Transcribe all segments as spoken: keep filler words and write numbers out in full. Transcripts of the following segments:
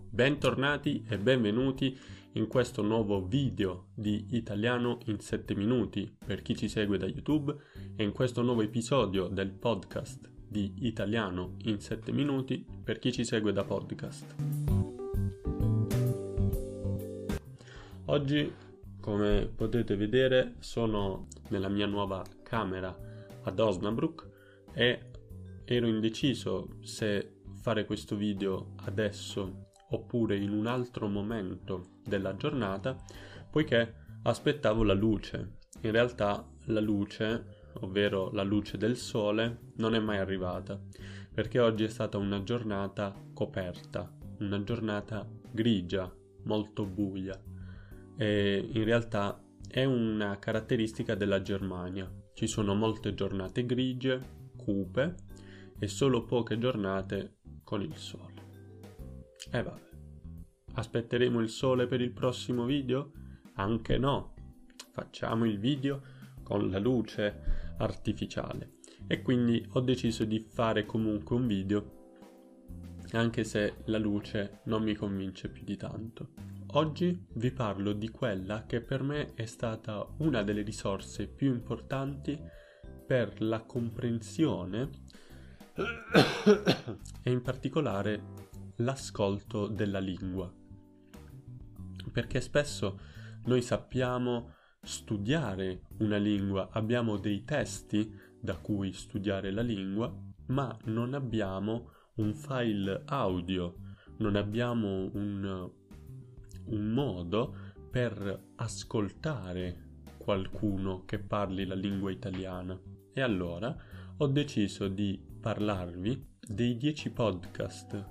Bentornati e benvenuti in questo nuovo video di Italiano in sette minuti per chi ci segue da YouTube e in questo nuovo episodio del podcast di Italiano in sette minuti per chi ci segue da podcast. Oggi, come potete vedere, sono nella mia nuova camera ad Osnabrück e ero indeciso se fare questo video adesso oppure in un altro momento della giornata, poiché aspettavo la luce. In realtà la luce, ovvero la luce del sole, non è mai arrivata, perché oggi è stata una giornata coperta, una giornata grigia, molto buia. E in realtà è una caratteristica della Germania. Ci sono molte giornate grigie, cupe, e solo poche giornate con il sole. E vabbè, aspetteremo il sole per il prossimo video? Anche no, facciamo il video con la luce artificiale. E quindi ho deciso di fare comunque un video, anche se la luce non mi convince più di tanto. Oggi vi parlo di quella che per me è stata una delle risorse più importanti per la comprensione e in particolare l'ascolto della lingua, perché spesso noi sappiamo studiare una lingua, abbiamo dei testi da cui studiare la lingua, ma non abbiamo un file audio, non abbiamo un, un modo per ascoltare qualcuno che parli la lingua italiana. E allora ho deciso di parlarvi dei dieci podcast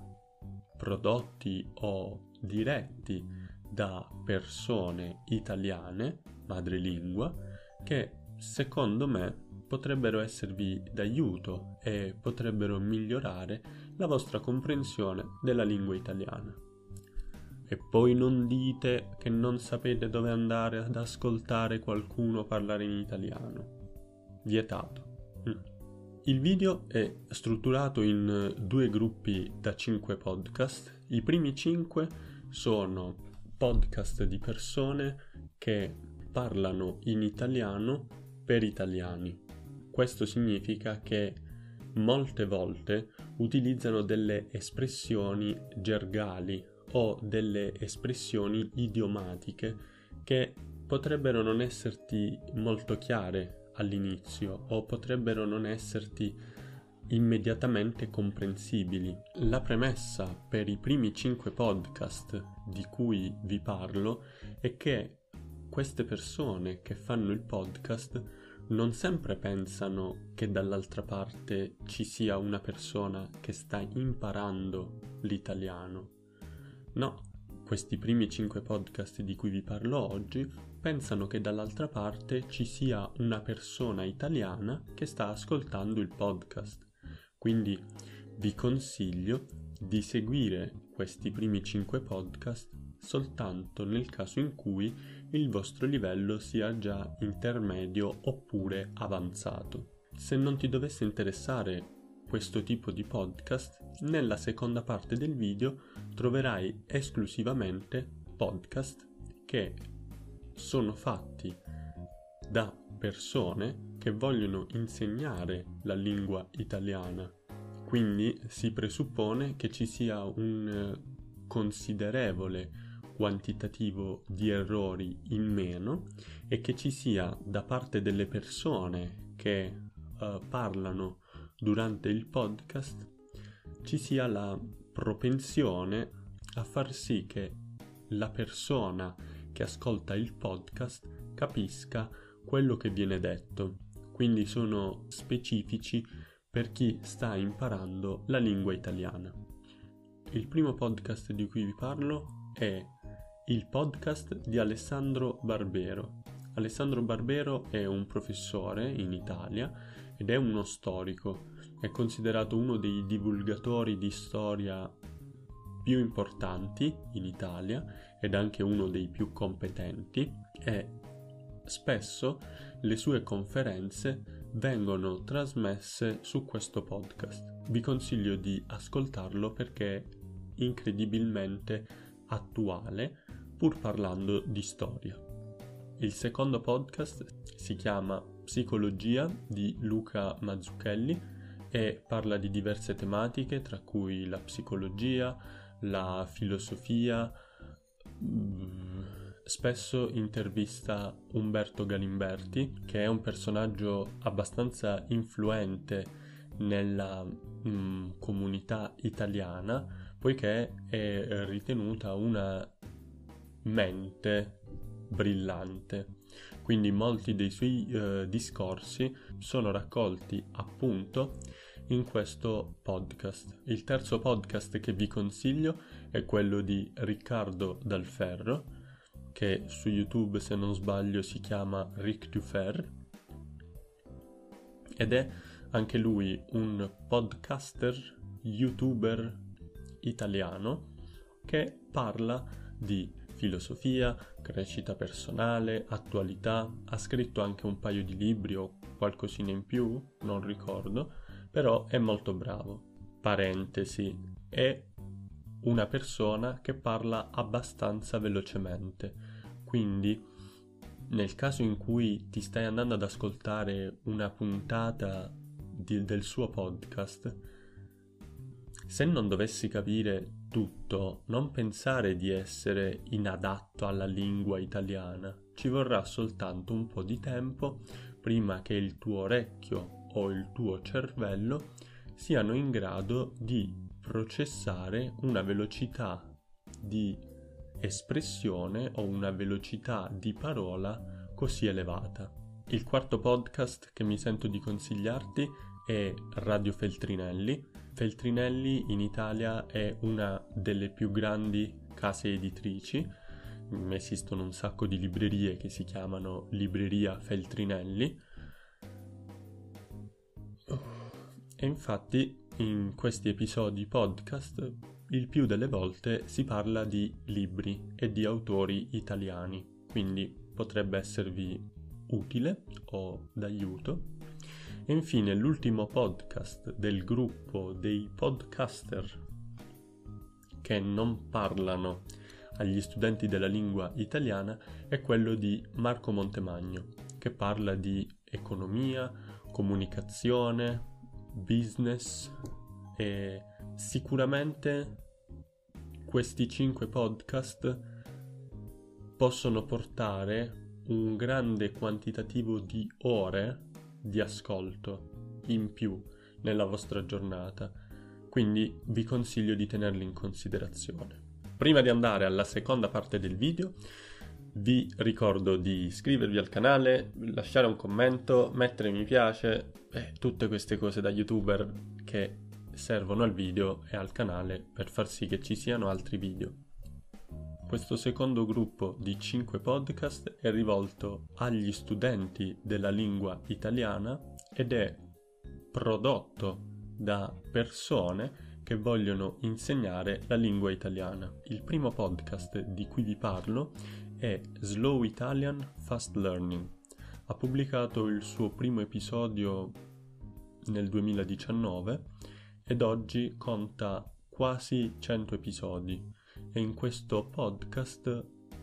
prodotti o diretti da persone italiane, madrelingua, che secondo me potrebbero esservi d'aiuto e potrebbero migliorare la vostra comprensione della lingua italiana. E poi non dite che non sapete dove andare ad ascoltare qualcuno parlare in italiano. Vietato. Mm. Il video è strutturato in due gruppi da cinque podcast. I primi cinque sono podcast di persone che parlano in italiano per italiani. Questo significa che molte volte utilizzano delle espressioni gergali o delle espressioni idiomatiche che potrebbero non esserti molto chiare all'inizio o potrebbero non esserti immediatamente comprensibili. La premessa per i primi cinque podcast di cui vi parlo è che queste persone che fanno il podcast non sempre pensano che dall'altra parte ci sia una persona che sta imparando l'italiano. No, questi primi cinque podcast di cui vi parlo oggi pensano che dall'altra parte ci sia una persona italiana che sta ascoltando il podcast. Quindi vi consiglio di seguire questi primi cinque podcast soltanto nel caso in cui il vostro livello sia già intermedio oppure avanzato. Se non ti dovesse interessare questo tipo di podcast, nella seconda parte del video troverai esclusivamente podcast che sono fatti da persone che vogliono insegnare la lingua italiana. Quindi si presuppone che ci sia un considerevole quantitativo di errori in meno e che ci sia da parte delle persone che uh, parlano durante il podcast ci sia la propensione a far sì che la persona che ascolta il podcast capisca quello che viene detto. Quindi sono specifici per chi sta imparando la lingua italiana. Il primo podcast di cui vi parlo è il podcast di Alessandro Barbero. Alessandro Barbero è un professore in Italia ed è uno storico. È considerato uno dei divulgatori di storia più importanti in Italia ed anche uno dei più competenti, e spesso le sue conferenze vengono trasmesse su questo podcast. Vi consiglio di ascoltarlo perché incredibilmente attuale, pur parlando di storia. Il secondo podcast si chiama Psicologia di Luca Mazzucchelli e parla di diverse tematiche, tra cui la psicologia, la filosofia. Spesso intervista Umberto Galimberti, che è un personaggio abbastanza influente nella mh, comunità italiana, poiché è ritenuta una mente brillante. Quindi molti dei suoi eh, discorsi sono raccolti appunto in questo podcast. Il terzo podcast che vi consiglio è quello di Riccardo Dal Ferro, che su YouTube, se non sbaglio, si chiama Ric Dufer, ed è anche lui un podcaster, youtuber italiano che parla di filosofia, crescita personale, attualità. Ha scritto anche un paio di libri o qualcosina in più, non ricordo, però è molto bravo. Parentesi, è una persona che parla abbastanza velocemente, quindi nel caso in cui ti stai andando ad ascoltare una puntata di, del suo podcast, se non dovessi capire tutto, non pensare di essere inadatto alla lingua italiana. Ci vorrà soltanto un po' di tempo prima che il tuo orecchio o il tuo cervello siano in grado di processare una velocità di espressione o una velocità di parola così elevata. Il quarto podcast che mi sento di consigliarti è Radio Feltrinelli. Feltrinelli in Italia è una delle più grandi case editrici. Esistono un sacco di librerie che si chiamano Libreria Feltrinelli. E infatti in questi episodi podcast il più delle volte si parla di libri e di autori italiani, quindi potrebbe esservi utile o d'aiuto. E infine l'ultimo podcast del gruppo dei podcaster che non parlano agli studenti della lingua italiana è quello di Marco Montemagno, che parla di economia, comunicazione, business, e sicuramente questi cinque podcast possono portare un grande quantitativo di ore di ascolto in più nella vostra giornata, quindi vi consiglio di tenerli in considerazione. Prima di andare alla seconda parte del video, vi ricordo di iscrivervi al canale, lasciare un commento, mettere mi piace e tutte queste cose da youtuber che servono al video e al canale per far sì che ci siano altri video. Questo secondo gruppo di cinque podcast è rivolto agli studenti della lingua italiana ed è prodotto da persone che vogliono insegnare la lingua italiana. Il primo podcast di cui vi parlo è Slow Italian Fast Learning. Ha pubblicato il suo primo episodio nel duemiladiciannove ed oggi conta quasi cento episodi. E in questo podcast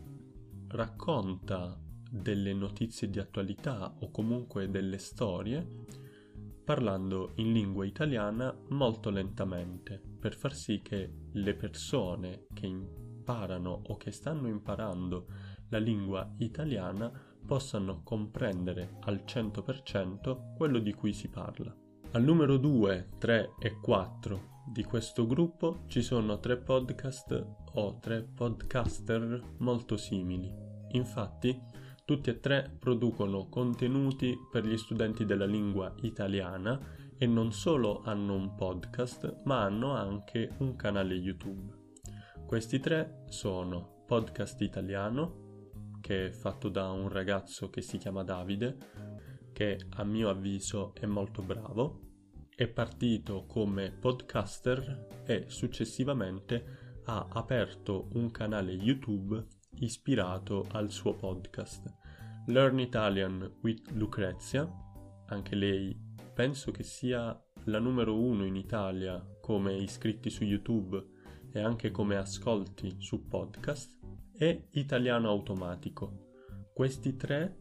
racconta delle notizie di attualità o comunque delle storie parlando in lingua italiana molto lentamente per far sì che le persone che imparano o che stanno imparando la lingua italiana possano comprendere al cento per cento quello di cui si parla. Al numero due, tre e quattro di questo gruppo ci sono tre podcast o tre podcaster molto simili. Infatti, tutti e tre producono contenuti per gli studenti della lingua italiana e non solo hanno un podcast, ma hanno anche un canale YouTube. Questi tre sono Podcast Italiano, che è fatto da un ragazzo che si chiama Davide, che a mio avviso è molto bravo. È partito come podcaster e successivamente ha aperto un canale YouTube ispirato al suo podcast. Learn Italian with Lucrezia, anche lei penso che sia la numero uno in Italia come iscritti su YouTube e anche come ascolti su podcast, e Italiano Automatico. Questi tre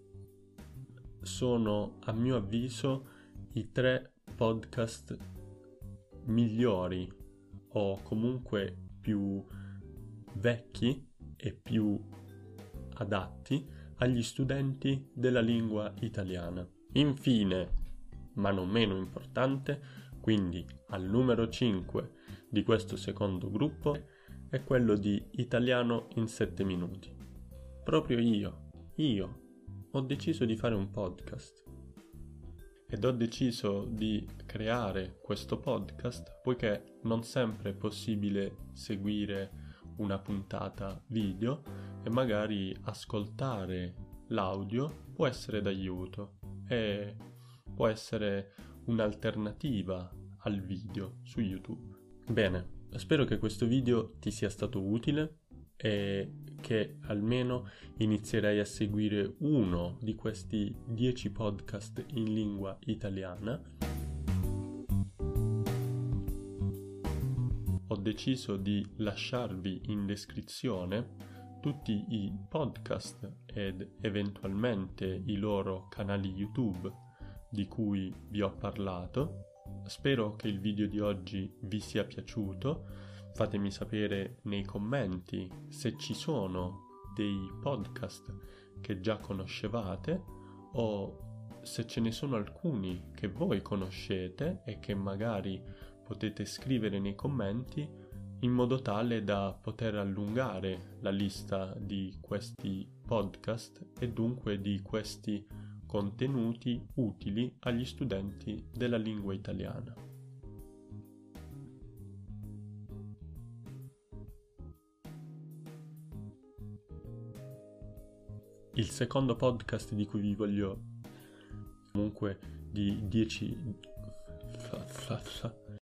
sono, a mio avviso, i tre podcast migliori o comunque più vecchi e più adatti agli studenti della lingua italiana. Infine, ma non meno importante, quindi al numero cinque di questo secondo gruppo, è quello di Italiano in sette minuti. Proprio io, io, ho deciso di fare un podcast. Ed ho deciso di creare questo podcast poiché non sempre è possibile seguire una puntata video e magari ascoltare l'audio può essere d'aiuto e può essere un'alternativa al video su YouTube. Bene, spero che questo video ti sia stato utile e che almeno inizierai a seguire uno di questi dieci podcast in lingua italiana. Ho deciso di lasciarvi in descrizione tutti i podcast ed eventualmente i loro canali YouTube di cui vi ho parlato. Spero che il video di oggi vi sia piaciuto. Fatemi sapere nei commenti se ci sono dei podcast che già conoscevate o se ce ne sono alcuni che voi conoscete e che magari potete scrivere nei commenti in modo tale da poter allungare la lista di questi podcast e dunque di questi contenuti utili agli studenti della lingua italiana. Il secondo podcast di cui vi voglio comunque di dieci